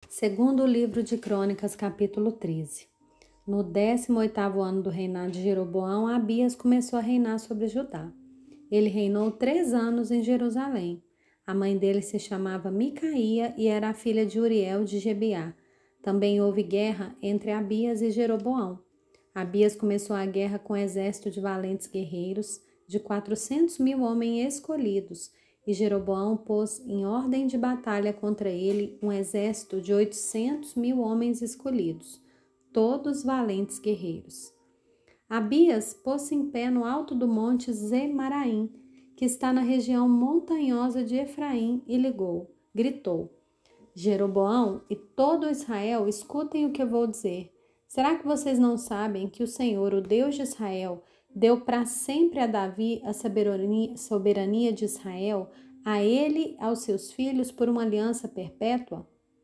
Segundo o livro de Crônicas, capítulo 13. No 18º ano do reinado de Jeroboão, Abias começou a reinar sobre Judá. Ele reinou 3 anos em Jerusalém. A mãe dele se chamava Micaía e era a filha de Uriel de Gebiá. Também houve guerra entre Abias e Jeroboão. Abias começou a guerra com um exército de valentes guerreiros, de 400 mil homens escolhidos, e Jeroboão pôs em ordem de batalha contra ele um exército de 800 mil homens escolhidos, todos valentes guerreiros. Abias pôs-se em pé no alto do monte Zemaraim, que está na região montanhosa de Efraim, e gritou: Jeroboão e todo Israel, escutem o que eu vou dizer. Será que vocês não sabem que o Senhor, o Deus de Israel, deu para sempre a Davi a soberania de Israel, a ele e aos seus filhos por uma aliança perpétua?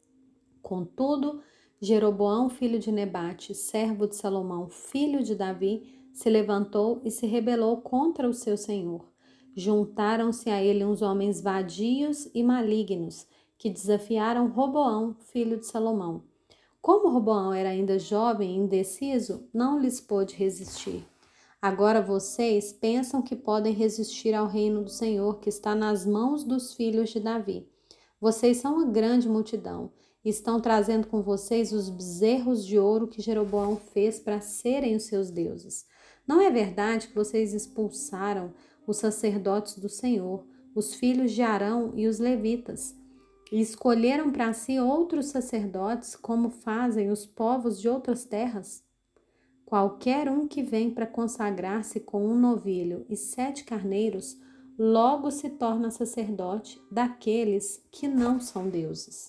Contudo, Jeroboão, filho de Nebate, servo de Salomão, filho de Davi, se levantou e se rebelou contra o seu senhor. Juntaram-se a ele uns homens vadios e malignos, que desafiaram Roboão, filho de Salomão. Como Roboão era ainda jovem e indeciso, não lhes pôde resistir. Agora vocês pensam que podem resistir ao reino do Senhor que está nas mãos dos filhos de Davi. Vocês são uma grande multidão e estão trazendo com vocês os bezerros de ouro que Jeroboão fez para serem os seus deuses. Não é verdade que vocês expulsaram os sacerdotes do Senhor, os filhos de Arão e os levitas, e escolheram para si outros sacerdotes, como fazem os povos de outras terras? Qualquer um que vem para consagrar-se com um novilho e 7 carneiros, logo se torna sacerdote daqueles que não são deuses.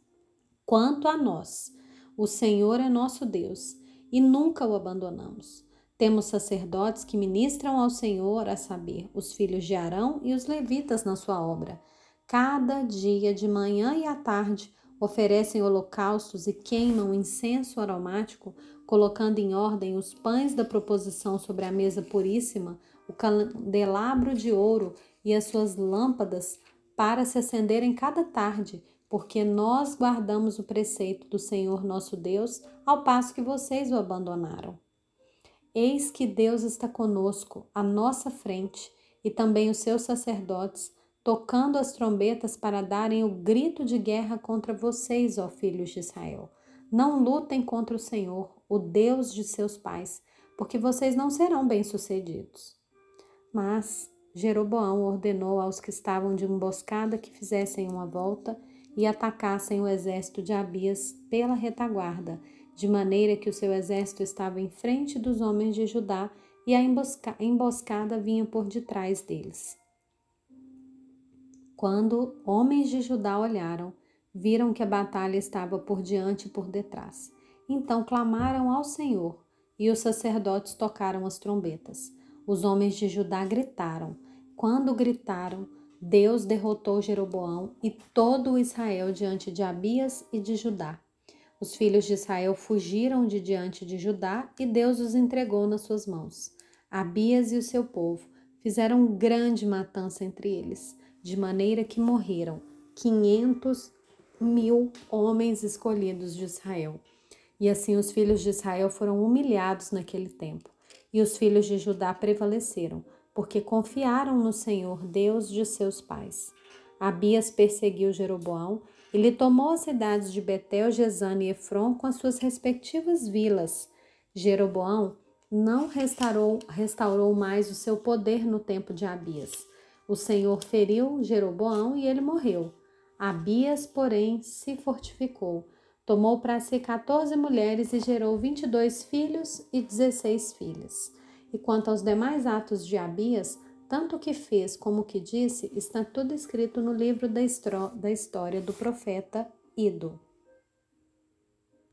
Quanto a nós, o Senhor é nosso Deus e nunca o abandonamos. Temos sacerdotes que ministram ao Senhor, a saber, os filhos de Arão e os levitas na sua obra. Cada dia, de manhã e à tarde, oferecem holocaustos e queimam incenso aromático, colocando em ordem os pães da proposição sobre a mesa puríssima, o candelabro de ouro e as suas lâmpadas para se acenderem cada tarde, porque nós guardamos o preceito do Senhor nosso Deus, ao passo que vocês o abandonaram. Eis que Deus está conosco, à nossa frente, e também os seus sacerdotes, tocando as trombetas para darem o grito de guerra contra vocês, ó filhos de Israel. Não lutem contra o Senhor, o Deus de seus pais, porque vocês não serão bem-sucedidos. Mas Jeroboão ordenou aos que estavam de emboscada que fizessem uma volta e atacassem o exército de Abias pela retaguarda, de maneira que o seu exército estava em frente dos homens de Judá e a emboscada vinha por detrás deles. Quando homens de Judá olharam, viram que a batalha estava por diante e por detrás. Então clamaram ao Senhor, e os sacerdotes tocaram as trombetas. Os homens de Judá gritaram. Quando gritaram, Deus derrotou Jeroboão e todo o Israel diante de Abias e de Judá. Os filhos de Israel fugiram de diante de Judá e Deus os entregou nas suas mãos. Abias e o seu povo fizeram grande matança entre eles, de maneira que morreram 500 mil homens escolhidos de Israel. E assim os filhos de Israel foram humilhados naquele tempo, e os filhos de Judá prevaleceram, porque confiaram no Senhor, Deus de seus pais. Abias perseguiu Jeroboão e lhe tomou as cidades de Betel, Gesane e Efron com as suas respectivas vilas. Jeroboão não restaurou mais o seu poder no tempo de Abias. O Senhor feriu Jeroboão e ele morreu. Abias, porém, se fortificou. Tomou para si 14 mulheres e gerou 22 filhos e 16 filhas. E quanto aos demais atos de Abias, tanto o que fez como o que disse, está tudo escrito no livro da história do profeta Ido.